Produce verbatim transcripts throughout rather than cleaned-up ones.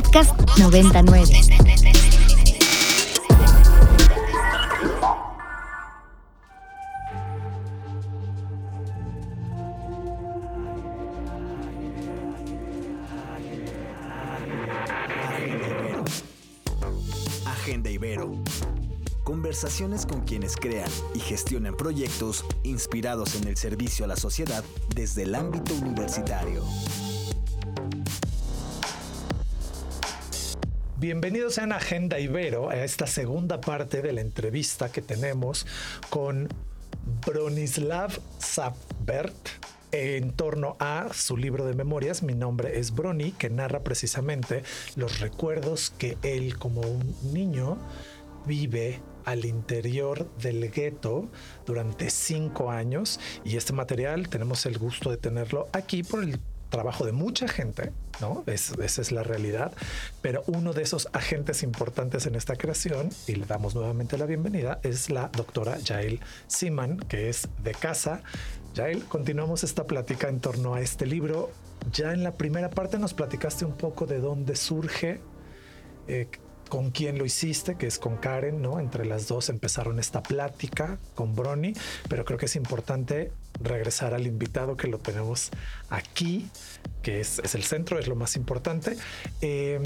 Podcast noventa y nueve. Agenda Ibero. Conversaciones con quienes crean y gestionan proyectos inspirados en el servicio a la sociedad desde el ámbito universitario. Bienvenidos sean a Agenda Ibero, a esta segunda parte de la entrevista que tenemos con Bronislav Savbert en torno a su libro de memorias, Mi nombre es Brony, que narra precisamente los recuerdos que él como un niño vive al interior del gueto durante cinco años. Y este material tenemos el gusto de tenerlo aquí por el trabajo de mucha gente, ¿no? Es, esa es la realidad. Pero uno de esos agentes importantes en esta creación, y le damos nuevamente la bienvenida, es la doctora Yael Seaman, que es de casa. Yael, continuamos esta plática en torno a este libro. Ya en la primera parte nos platicaste un poco de dónde surge, eh, con quién lo hiciste, que es con Karen, ¿no? Entre las dos empezaron esta plática con Brony, pero creo que es importante regresar al invitado que lo tenemos aquí, que es, es el centro, es lo más importante. Eh,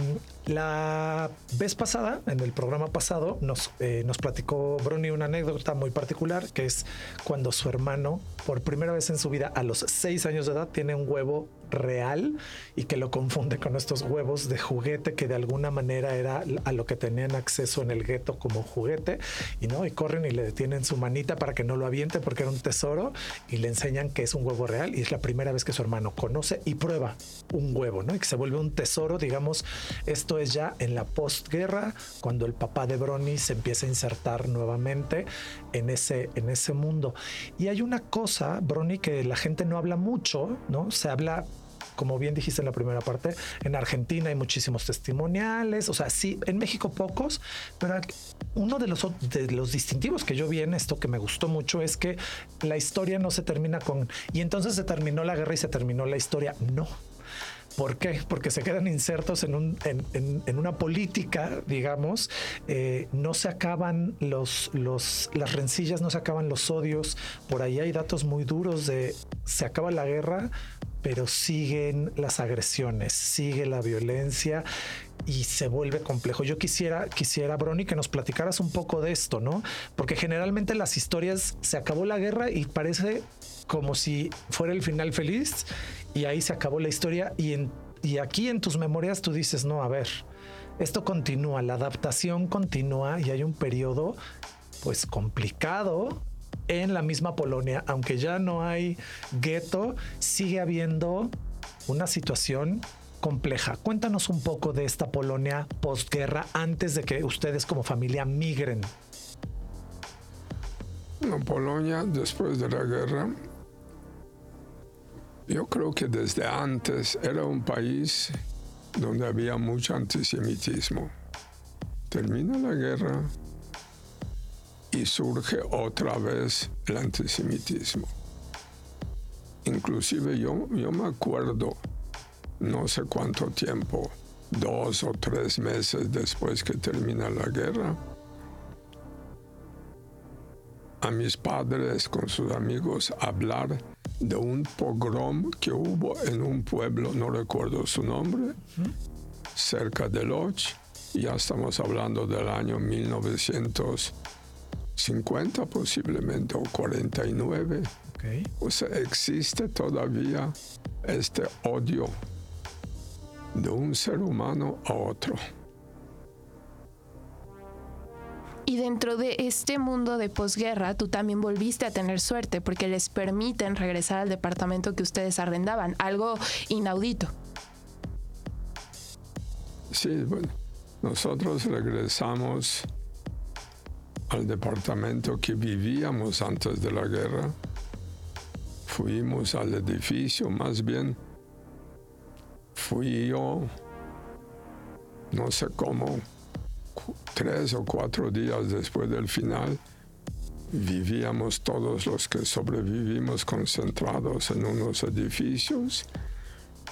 la vez pasada, en el programa pasado, nos, eh, nos platicó Brony una anécdota muy particular, que es cuando su hermano, por primera vez en su vida, a los seis años de edad, tiene un huevo real y que lo confunde con estos huevos de juguete que de alguna manera era a lo que tenían acceso en el gueto como juguete, y no, y corren y le detienen su manita para que no lo aviente porque era un tesoro, y le enseñan que es un huevo real, y es la primera vez que su hermano conoce y prueba un huevo, ¿no? Y que se vuelve un tesoro, digamos. Esto es ya en la postguerra, cuando el papá de Brony se empieza a insertar nuevamente en ese, en ese mundo. Y hay una cosa, Brony, que la gente no habla mucho, ¿no? Se habla, como bien dijiste en la primera parte, en Argentina hay muchísimos testimoniales, o sea, sí, en México pocos, pero uno de los, de los distintivos que yo vi en esto que me gustó mucho es que la historia no se termina con, y entonces se terminó la guerra y se terminó la historia. No. ¿Por qué? Porque se quedan insertos en, un, en, en, en una política, digamos, eh, no se acaban los, los, las rencillas, no se acaban los odios. Por ahí hay datos muy duros de se acaba la guerra, pero siguen las agresiones, sigue la violencia y se vuelve complejo. Yo quisiera, quisiera, Brony, que nos platicaras un poco de esto, ¿no? Porque generalmente las historias, se acabó la guerra y parece como si fuera el final feliz y ahí se acabó la historia, y, en, y aquí en tus memorias tú dices, no, a ver, esto continúa, la adaptación continúa y hay un periodo pues complicado en la misma Polonia, aunque ya no hay gueto, sigue habiendo una situación compleja. Cuéntanos un poco de esta Polonia postguerra antes de que ustedes como familia migren. No, Polonia después de la guerra, yo creo que desde antes era un país donde había mucho antisemitismo. Termina la guerra y surge otra vez el antisemitismo. Inclusive yo, yo me acuerdo, no sé cuánto tiempo, dos o tres meses después que termina la guerra, a mis padres con sus amigos hablar de un pogrom que hubo en un pueblo, no recuerdo su nombre, uh-huh. cerca de Lodz, y ya estamos hablando del año mil novecientos cincuenta posiblemente, o cuarenta y nueve. Okay. O sea, existe todavía este odio de un ser humano a otro. Y dentro de este mundo de posguerra, tú también volviste a tener suerte porque les permiten regresar al departamento que ustedes arrendaban, algo inaudito. Sí, bueno, nosotros regresamos al departamento que vivíamos antes de la guerra. Fuimos al edificio, más bien fui yo, no sé cómo, tres o cuatro días después del final, vivíamos todos los que sobrevivimos concentrados en unos edificios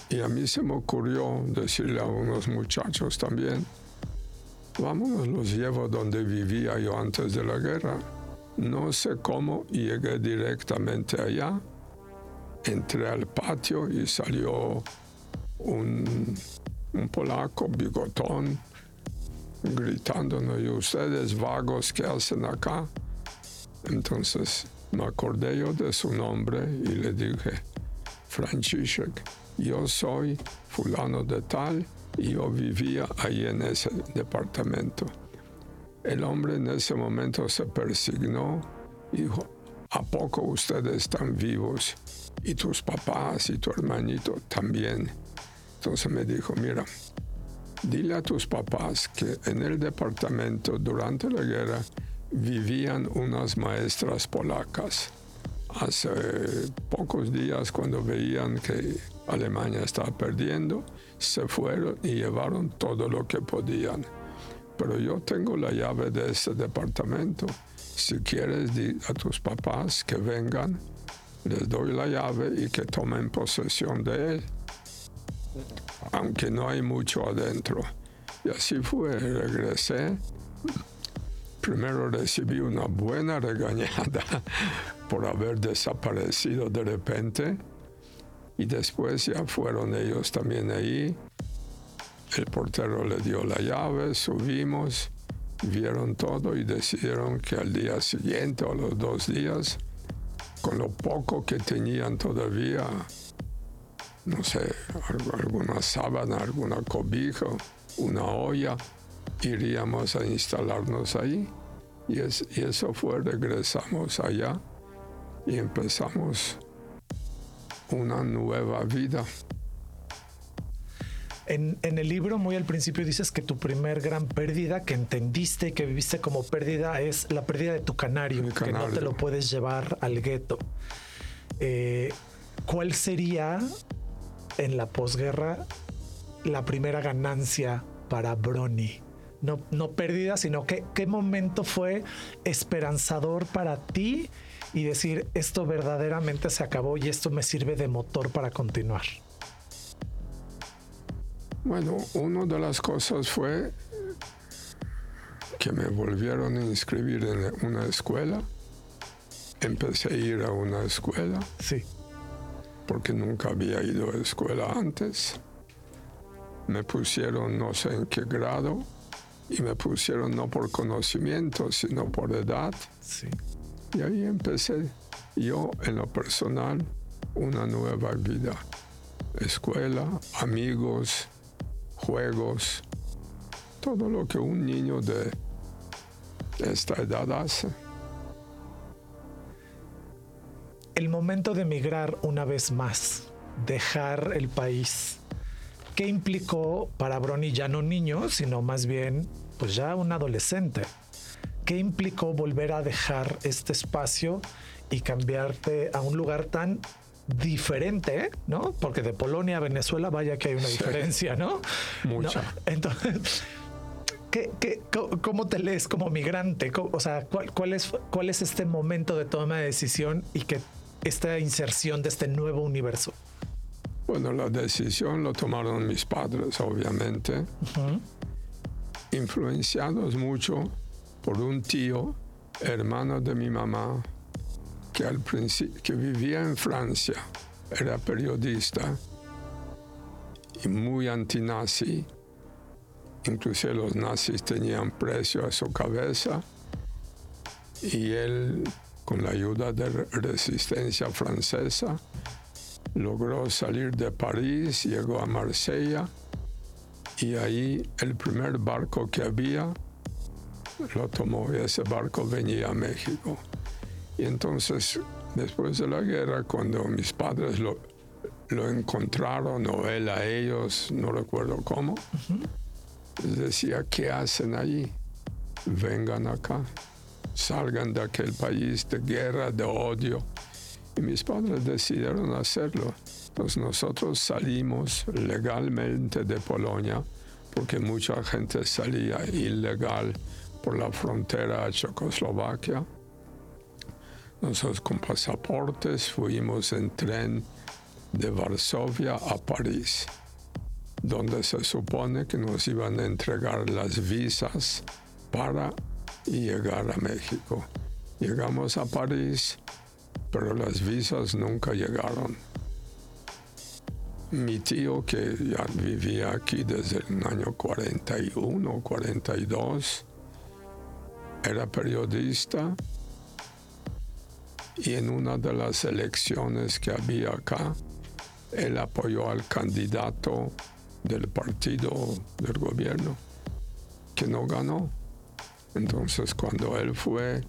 Y a mí se me ocurrió decirle a unos muchachos también, vámonos, los llevo donde vivía yo antes de la guerra. No sé cómo llegué directamente allá. Entré al patio y salió un, un polaco, bigotón, gritándonos, ¿y ustedes vagos qué hacen acá? Entonces me acordé yo de su nombre y le dije, Franciszek, yo soy fulano de tal y yo vivía ahí en ese departamento. El hombre en ese momento se persignó y dijo, ¿a poco ustedes están vivos? Y tus papás y tu hermanito también. Entonces me dijo, mira, dile a tus papás que en el departamento durante la guerra vivían unas maestras polacas. Hace pocos días, cuando veían que Alemania estaba perdiendo, se fueron y llevaron todo lo que podían. Pero yo tengo la llave de ese departamento. Si quieres, di a tus papás que vengan, les doy la llave y que tomen posesión de él, aunque no hay mucho adentro. Y así fue, regresé. Primero recibí una buena regañada por haber desaparecido de repente, y después ya fueron ellos también ahí. El portero le dio la llave, subimos, vieron todo y decidieron que al día siguiente o los dos días, con lo poco que tenían todavía, no sé, alguna sábana, alguna cobija, una olla, iríamos a instalarnos ahí. Y, es, y eso fue, regresamos allá y empezamos una nueva vida. En, en el libro, muy al principio, dices que tu primer gran pérdida que entendiste y que viviste como pérdida es la pérdida de tu canario, Mi canario. que no te lo puedes llevar al gueto. Eh, ¿Cuál sería en la posguerra la primera ganancia para Brony? No, no pérdida, sino que qué momento fue esperanzador para ti y decir, esto verdaderamente se acabó y esto me sirve de motor para continuar. Bueno, una de las cosas fue que me volvieron a inscribir en una escuela. Empecé a ir a una escuela. Sí. Porque nunca había ido a escuela antes. Me pusieron no sé en qué grado y me pusieron no por conocimiento, sino por edad. Sí. Y ahí empecé yo, en lo personal, una nueva vida. Escuela, amigos, juegos, todo lo que un niño de esta edad hace. El momento de emigrar una vez más, dejar el país, ¿qué implicó para Brony, ya no niño, sino más bien pues ya un adolescente? ¿Qué implicó volver a dejar este espacio y cambiarte a un lugar tan diferente, ¿no? Porque de Polonia a Venezuela, vaya que hay una sí, diferencia, ¿no? Mucha. ¿No? Entonces, ¿qué, qué, ¿cómo te lees como migrante? O sea, ¿cuál, cuál, es, ¿cuál es este momento de toma de decisión y que esta inserción de este nuevo universo? Bueno, la decisión lo tomaron mis padres, obviamente, uh-huh. influenciados mucho por un tío, hermano de mi mamá, que al principio que vivía en Francia, era periodista y muy antinazi. Inclusive los nazis tenían precio a su cabeza y él, con la ayuda de resistencia francesa, logró salir de París, llegó a Marsella y ahí el primer barco que había lo tomó y ese barco venía a México. Y entonces, después de la guerra, cuando mis padres lo, lo encontraron, o él a ellos, no recuerdo cómo, uh-huh. les decía, ¿qué hacen allí? Vengan acá, salgan de aquel país de guerra, de odio. Y mis padres decidieron hacerlo. Entonces nosotros salimos legalmente de Polonia, porque mucha gente salía ilegal por la frontera a Checoslovaquia. Nosotros con pasaportes fuimos en tren de Varsovia a París, donde se supone que nos iban a entregar las visas para llegar a México. Llegamos a París, pero las visas nunca llegaron. Mi tío, que ya vivía aquí desde el año cuarenta y uno, cuarenta y dos, era periodista, y en una de las elecciones que había acá, él apoyó al candidato del partido del gobierno, que no ganó. Entonces, cuando él fue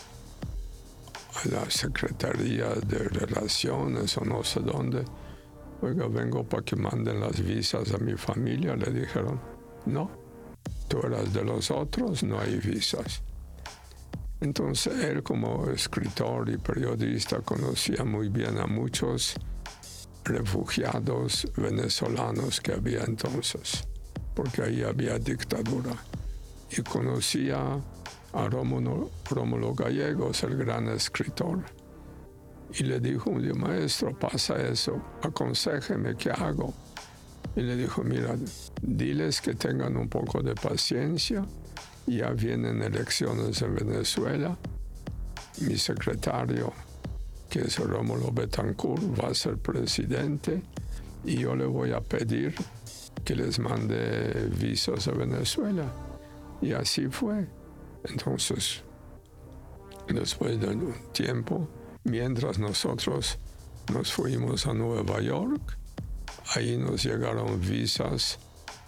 a la Secretaría de Relaciones o no sé dónde, oiga, vengo para que manden las visas a mi familia, le dijeron, no, tú eras de los otros, no hay visas. Entonces él, como escritor y periodista, conocía muy bien a muchos refugiados venezolanos que había entonces, porque ahí había dictadura. Y conocía a Rómulo, Rómulo Gallegos, el gran escritor. Y le dijo un día, maestro, pasa eso, aconséjeme, ¿qué hago? Y le dijo, mira, diles que tengan un poco de paciencia, ya vienen elecciones en Venezuela, mi secretario, que es Rómulo Betancourt, va a ser presidente, y yo le voy a pedir que les mande visas a Venezuela. Y así fue. Entonces, después de un tiempo, mientras nosotros nos fuimos a Nueva York, ahí nos llegaron visas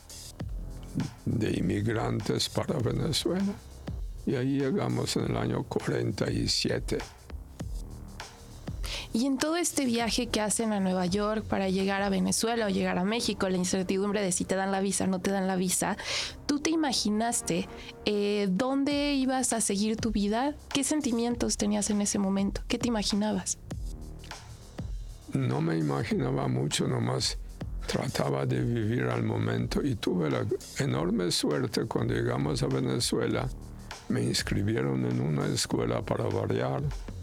de inmigrantes para Venezuela. Y ahí llegamos en el año cuarenta y siete. Y en todo este viaje que hacen a Nueva York para llegar a Venezuela o llegar a México, la incertidumbre de si te dan la visa o no te dan la visa, ¿tú te imaginaste eh, dónde ibas a seguir tu vida? ¿Qué sentimientos tenías en ese momento? ¿Qué te imaginabas? No me imaginaba mucho, nomás trataba de vivir al momento, y tuve la enorme suerte cuando llegamos a Venezuela. Me inscribieron en una escuela para variar.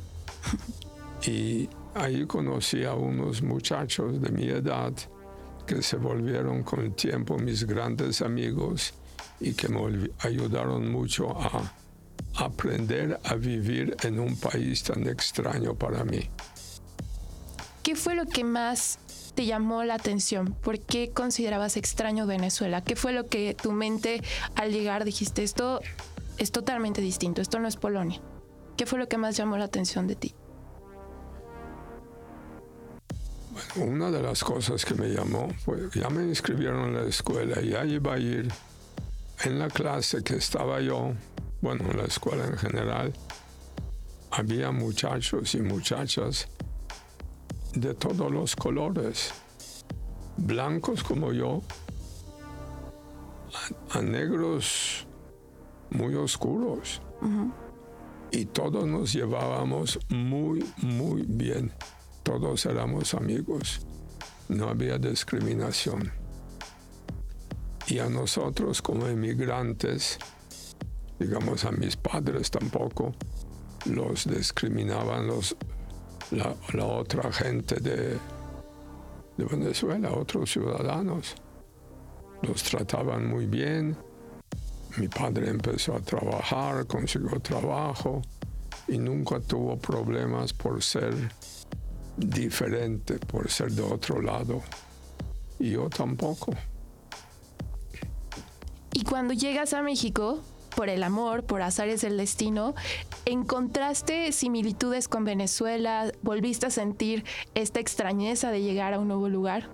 Y ahí conocí a unos muchachos de mi edad que se volvieron con el tiempo mis grandes amigos y que me ayudaron mucho a aprender a vivir en un país tan extraño para mí. ¿Qué fue lo que más te llamó la atención? ¿Por qué considerabas extraño Venezuela? ¿Qué fue lo que tu mente al llegar dijiste, esto es totalmente distinto, esto no es Polonia? ¿Qué fue lo que más llamó la atención de ti? Bueno, una de las cosas que me llamó fue, ya me inscribieron en la escuela, ya iba a ir en la clase que estaba yo, bueno, en la escuela en general, había muchachos y muchachas de todos los colores, blancos como yo, a, a negros muy oscuros. Uh-huh. Y todos nos llevábamos muy, muy bien. Todos éramos amigos. No había discriminación. Y a nosotros como inmigrantes, digamos a mis padres tampoco, los discriminaban los, la, la otra gente de, de Venezuela, otros ciudadanos. Los trataban muy bien. Mi padre empezó a trabajar, consiguió trabajo y nunca tuvo problemas por ser diferente, por ser de otro lado. Y yo tampoco. Y cuando llegas a México, por el amor, por azares del destino, ¿encontraste similitudes con Venezuela? ¿Volviste a sentir esta extrañeza de llegar a un nuevo lugar?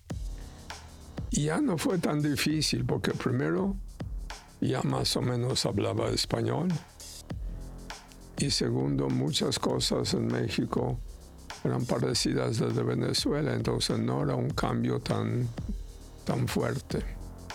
Ya no fue tan difícil, porque primero ya más o menos hablaba español. Y segundo, muchas cosas en México eran parecidas a las de Venezuela, entonces no era un cambio tan, tan fuerte.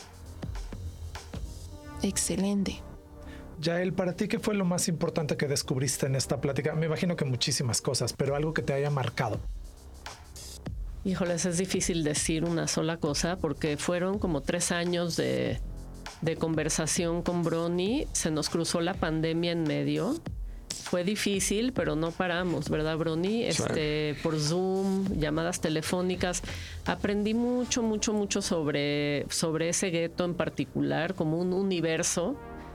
Excelente. Yael, para ti, ¿qué fue lo más importante que descubriste en esta plática? Me imagino que muchísimas cosas, pero algo que te haya marcado. Híjoles, es difícil decir una sola cosa porque fueron como tres años de, de conversación con Brony. Se nos cruzó la pandemia en medio fue difícil, pero no paramos, ¿verdad, Brony? Este, sí. Por Zoom, llamadas telefónicas. Aprendí mucho, mucho, mucho sobre, sobre ese gueto en particular, como un universo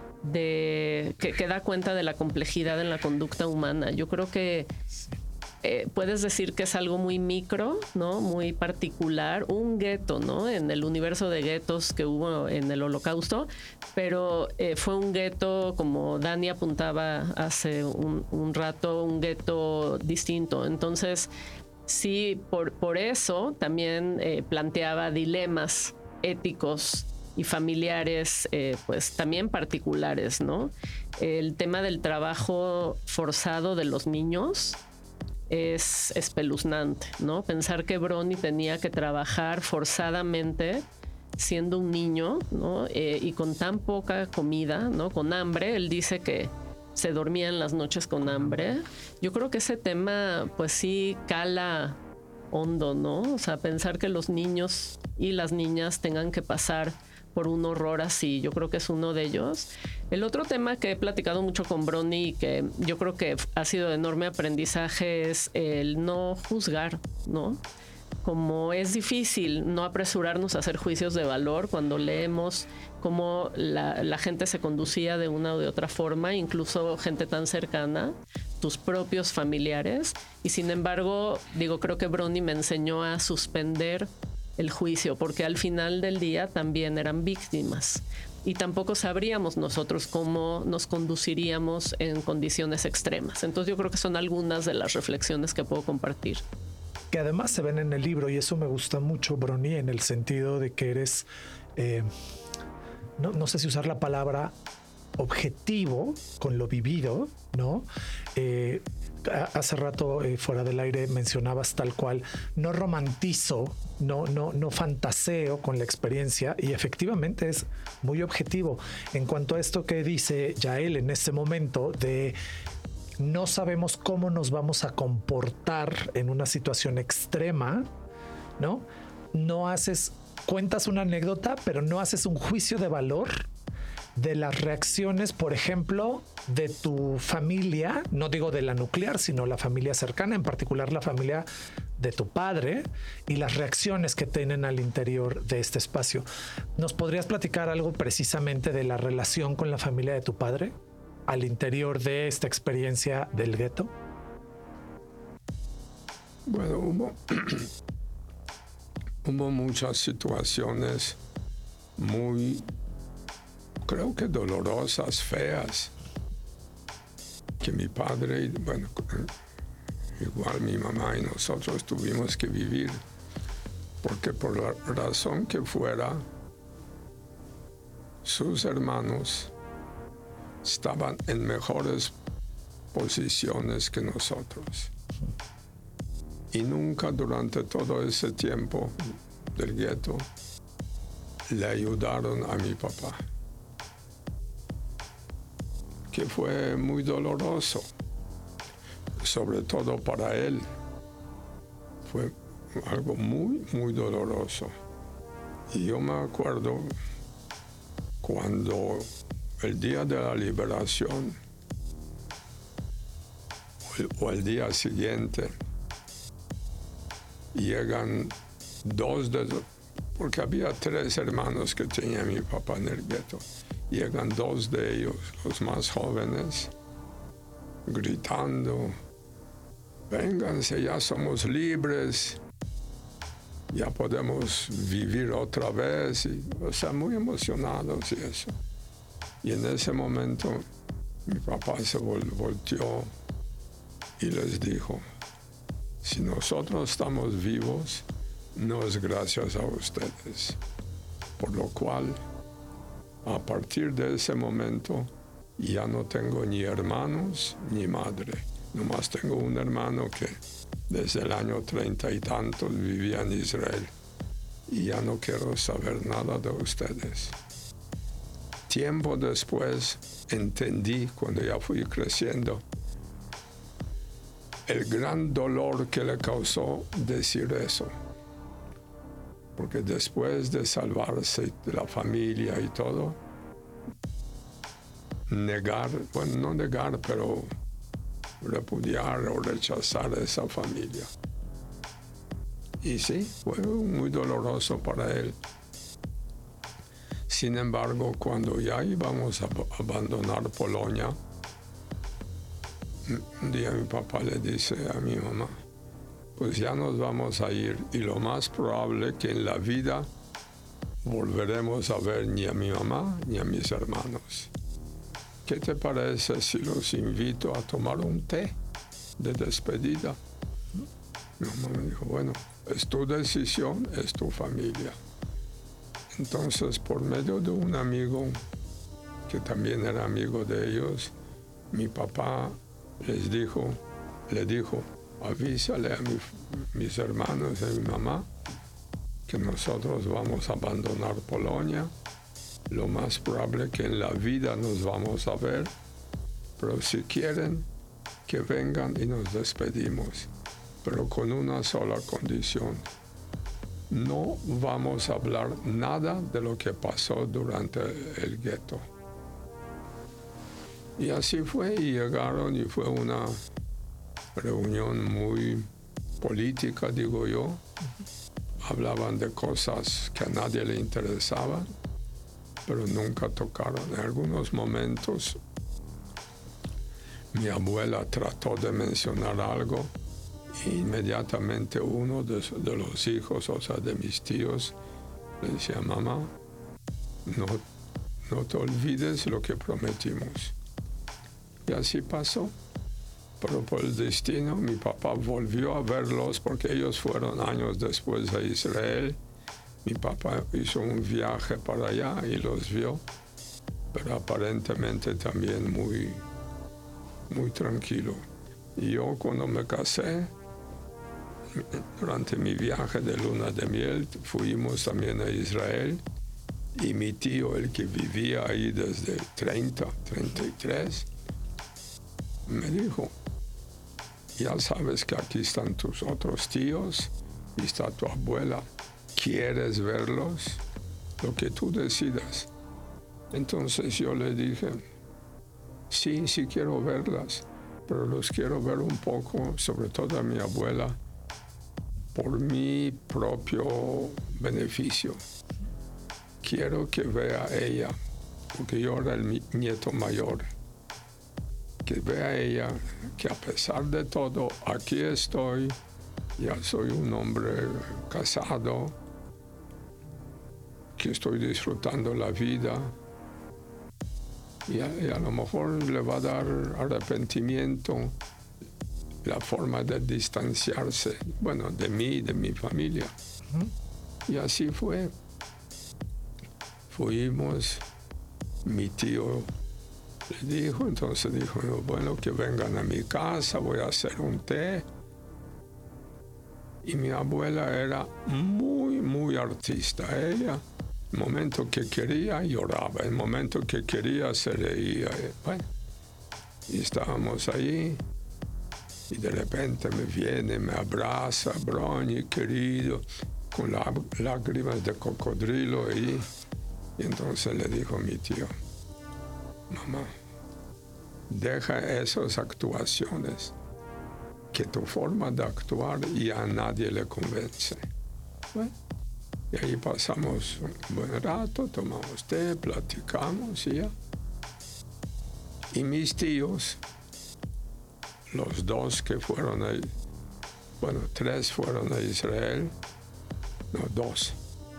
de que, que da cuenta de la complejidad en la conducta humana. Yo creo que eh, puedes decir que es algo muy micro, ¿no? Muy particular, un gueto, ¿no? En el universo de guetos que hubo en el Holocausto, pero eh, fue un gueto, como Dani apuntaba hace un, un rato, un gueto distinto. Entonces, sí, por, por eso también eh, planteaba dilemas éticos y familiares, eh, pues también particulares, ¿no? El tema del trabajo forzado de los niños es espeluznante, ¿no? Pensar que Brony tenía que trabajar forzadamente siendo un niño, ¿no? Eh, y con tan poca comida, ¿no? Con hambre. Él dice que se dormía en las noches con hambre. Yo creo que ese tema, pues sí, cala hondo, ¿no? O sea, pensar que los niños y las niñas tengan que pasar por un horror así, yo creo que es uno de ellos. El otro tema que he platicado mucho con Brony y que yo creo que ha sido de enorme aprendizaje es el no juzgar, ¿no? Como es difícil no apresurarnos a hacer juicios de valor cuando leemos cómo la, la gente se conducía de una o de otra forma, incluso gente tan cercana, tus propios familiares. Y sin embargo, digo, creo que Brony me enseñó a suspender el juicio, porque al final del día también eran víctimas y tampoco sabríamos nosotros cómo nos conduciríamos en condiciones extremas. Entonces yo creo que son algunas de las reflexiones que puedo compartir. Que además se ven en el libro, y eso me gusta mucho, Brony, en el sentido de que eres, eh, no, no sé si usar la palabra objetivo con lo vivido, ¿no? Eh, Hace rato, eh, fuera del aire, mencionabas tal cual, no romantizo, no, no, no fantaseo con la experiencia, y efectivamente es muy objetivo. En cuanto a esto que dice Yael en este momento de no sabemos cómo nos vamos a comportar en una situación extrema, ¿no? No haces, cuentas una anécdota, pero no haces un juicio de valor de las reacciones, por ejemplo, de tu familia, no digo de la nuclear, sino la familia cercana, en particular la familia de tu padre, y las reacciones que tienen al interior de este espacio. ¿Nos podrías platicar algo precisamente de la relación con la familia de tu padre al interior de esta experiencia del gueto? Bueno, hubo, hubo muchas situaciones muy, creo que dolorosas, feas, que mi padre, bueno, igual mi mamá y nosotros tuvimos que vivir, porque por la razón que fuera, sus hermanos estaban en mejores posiciones que nosotros. Y nunca durante todo ese tiempo del gueto le ayudaron a mi papá, que fue muy doloroso, sobre todo para él. Fue algo muy, muy doloroso. Y yo me acuerdo cuando el día de la liberación, o el, o el día siguiente, llegan dos de los, porque había tres hermanos que tenía mi papá en el gueto. Llegan dos de ellos, los más jóvenes, gritando, vénganse, ya somos libres, ya podemos vivir otra vez, y, o sea, muy emocionados y eso. Y en ese momento mi papá se vol- volteó y les dijo, si nosotros estamos vivos, no es gracias a ustedes. Por lo cual, a partir de ese momento, ya no tengo ni hermanos ni madre. Nomás tengo un hermano que desde el año treinta y tantos vivía en Israel. Y ya no quiero saber nada de ustedes. Tiempo después entendí, cuando ya fui creciendo, el gran dolor que le causó decir eso. Porque después de salvarse de la familia y todo, negar, bueno, no negar, pero repudiar o rechazar a esa familia. Y sí, fue muy doloroso para él. Sin embargo, cuando ya íbamos a abandonar Polonia, un día mi papá le dice a mi mamá, pues ya nos vamos a ir y lo más probable que en la vida volveremos a ver ni a mi mamá ni a mis hermanos. ¿Qué te parece si los invito a tomar un té de despedida? Mi mamá me dijo, bueno, es tu decisión, es tu familia. Entonces, por medio de un amigo, que también era amigo de ellos, mi papá les dijo, le dijo, avísale a mi, mis hermanos y a mi mamá que nosotros vamos a abandonar Polonia. Lo más probable que en la vida nos vamos a ver, pero si quieren, que vengan y nos despedimos, pero con una sola condición. No vamos a hablar nada de lo que pasó durante el gueto. Y así fue, y llegaron, y fue una reunión muy política, digo yo. Hablaban de cosas que a nadie le interesaban, pero nunca tocaron. En algunos momentos, mi abuela trató de mencionar algo, e inmediatamente uno de, de los hijos, o sea, de mis tíos, le decía, mamá, no, no te olvides lo que prometimos. Y así pasó. Pero por el destino, mi papá volvió a verlos porque ellos fueron años después a Israel. Mi papá hizo un viaje para allá y los vio, pero aparentemente también muy, muy tranquilo. Y yo cuando me casé, durante mi viaje de luna de miel, fuimos también a Israel y mi tío, el que vivía ahí desde treinta, treinta y tres, me dijo, ya sabes que aquí están tus otros tíos y está tu abuela. ¿Quieres verlos? Lo que tú decidas. Entonces yo le dije, sí, sí quiero verlas, pero los quiero ver un poco, sobre todo a mi abuela, por mi propio beneficio. Quiero que vea a ella, porque yo era el nieto mayor, que vea a ella que a pesar de todo, aquí estoy, ya soy un hombre casado, que estoy disfrutando la vida, y a, y a lo mejor le va a dar arrepentimiento la forma de distanciarse, bueno, de mí, de mi familia. Uh-huh. Y así fue. Fuimos, mi tío le dijo, entonces dijo, bueno, que vengan a mi casa, voy a hacer un té. Y mi abuela era muy, muy artista. Ella, el momento que quería, lloraba. El momento que quería, se reía. Bueno, y estábamos ahí. Y de repente me viene, me abraza, Brony, querido, con lá- lágrimas de cocodrilo ahí. Y entonces le dijo mi tío, mamá, deja esas actuaciones, que tu forma de actuar ya a nadie le convence. Bueno, y ahí pasamos un buen rato, tomamos té, platicamos y ya. Y mis tíos, los dos que fueron ahí, bueno, tres fueron a Israel, no, dos.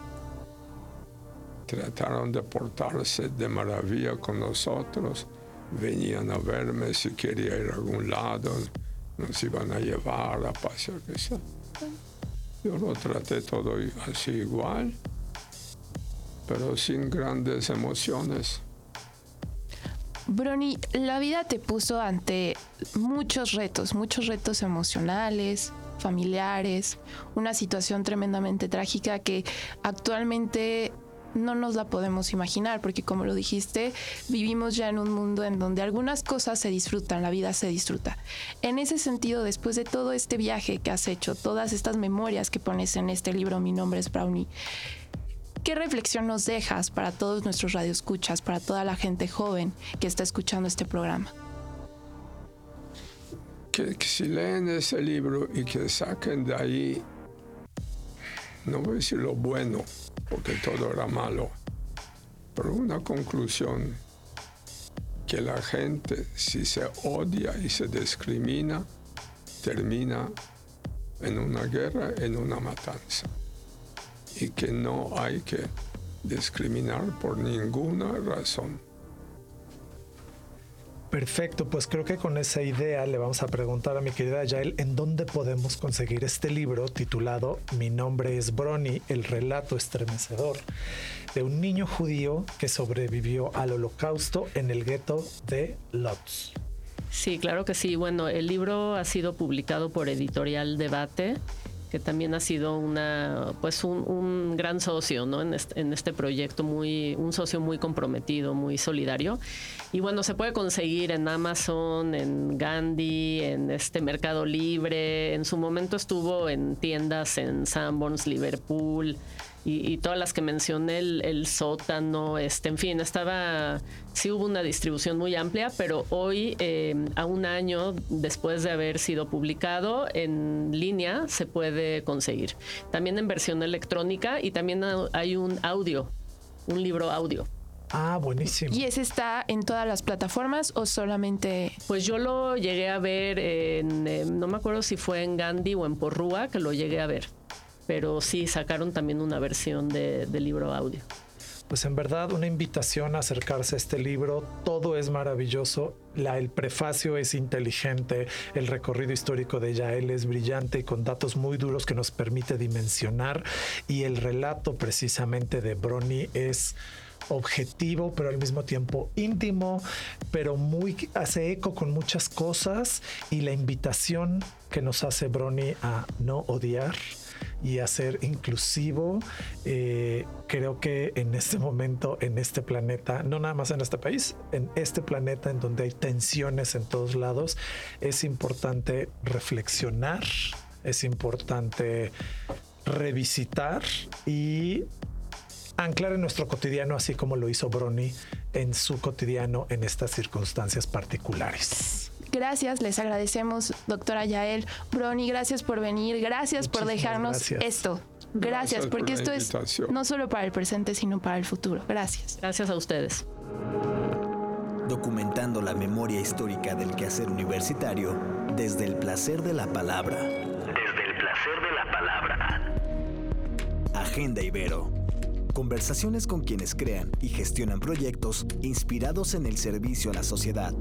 Trataron de portarse de maravilla con nosotros, venían a verme si quería ir a algún lado, nos iban a llevar a pasear, qué sé. Yo lo traté todo así igual, pero sin grandes emociones. Brony, la vida te puso ante muchos retos, muchos retos emocionales, familiares, una situación tremendamente trágica que actualmente no nos la podemos imaginar, porque como lo dijiste, vivimos ya en un mundo en donde algunas cosas se disfrutan, la vida se disfruta. En ese sentido, después de todo este viaje que has hecho, todas estas memorias que pones en este libro, Mi nombre es Brownie, ¿qué reflexión nos dejas para todos nuestros radioescuchas, para toda la gente joven que está escuchando este programa? que, que si leen ese libro y que saquen de ahí, no voy a decir lo bueno, porque todo era malo, pero una conclusión, que la gente, si se odia y se discrimina, termina en una guerra, en una matanza. Y que no hay que discriminar por ninguna razón. Perfecto, pues creo que con esa idea le vamos a preguntar a mi querida Yael en dónde podemos conseguir este libro titulado Mi nombre es Brony, el relato estremecedor de un niño judío que sobrevivió al holocausto en el gueto de Lodz. Sí, claro que sí. Bueno, el libro ha sido publicado por Editorial Debate, que también ha sido una, pues un, un gran socio, ¿no? En este, en este proyecto, muy, un socio muy comprometido, muy solidario. Y bueno, se puede conseguir en Amazon, en Gandhi, en este Mercado Libre. En su momento estuvo en tiendas en Sanborns, Liverpool y, y todas las que mencioné, el, el sótano, este, en fin, estaba, sí hubo una distribución muy amplia, pero hoy, eh, a un año después de haber sido publicado, en línea se puede conseguir. También en versión electrónica y también hay un audio, un libro audio. Ah, buenísimo. ¿Y ese está en todas las plataformas o solamente...? Pues yo lo llegué a ver en, eh, no me acuerdo si fue en Gandhi o en Porrúa, que lo llegué a ver. Pero sí, sacaron también una versión de, de libro audio. Pues en verdad una invitación a acercarse a este libro. Todo es maravilloso. La, el prefacio es inteligente. El recorrido histórico de Yael es brillante y con datos muy duros que nos permite dimensionar. Y el relato precisamente de Brony es objetivo, pero al mismo tiempo íntimo, pero muy hace eco con muchas cosas. Y la invitación que nos hace Brony a no odiar y a ser inclusivo, eh, creo que en este momento, en este planeta, no nada más en este país, en este planeta en donde hay tensiones en todos lados, es importante reflexionar, es importante revisitar y anclar en nuestro cotidiano, así como lo hizo Brony en su cotidiano en estas circunstancias particulares. Gracias, les agradecemos, doctora Yael. Brony, gracias por venir, gracias Muchísimas por dejarnos gracias. esto. Gracias, Gracias porque por esto la es invitación. no solo para el presente, sino para el futuro. Gracias. Gracias a ustedes. Documentando la memoria histórica del quehacer universitario desde el placer de la palabra. Desde el placer de la palabra. Agenda Ibero. Conversaciones con quienes crean y gestionan proyectos inspirados en el servicio a la sociedad.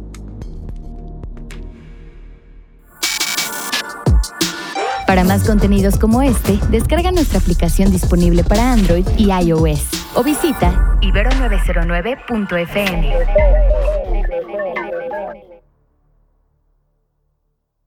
Para más contenidos como este, descarga nuestra aplicación disponible para Android y iOS o visita ibero nueve cero nueve punto f m.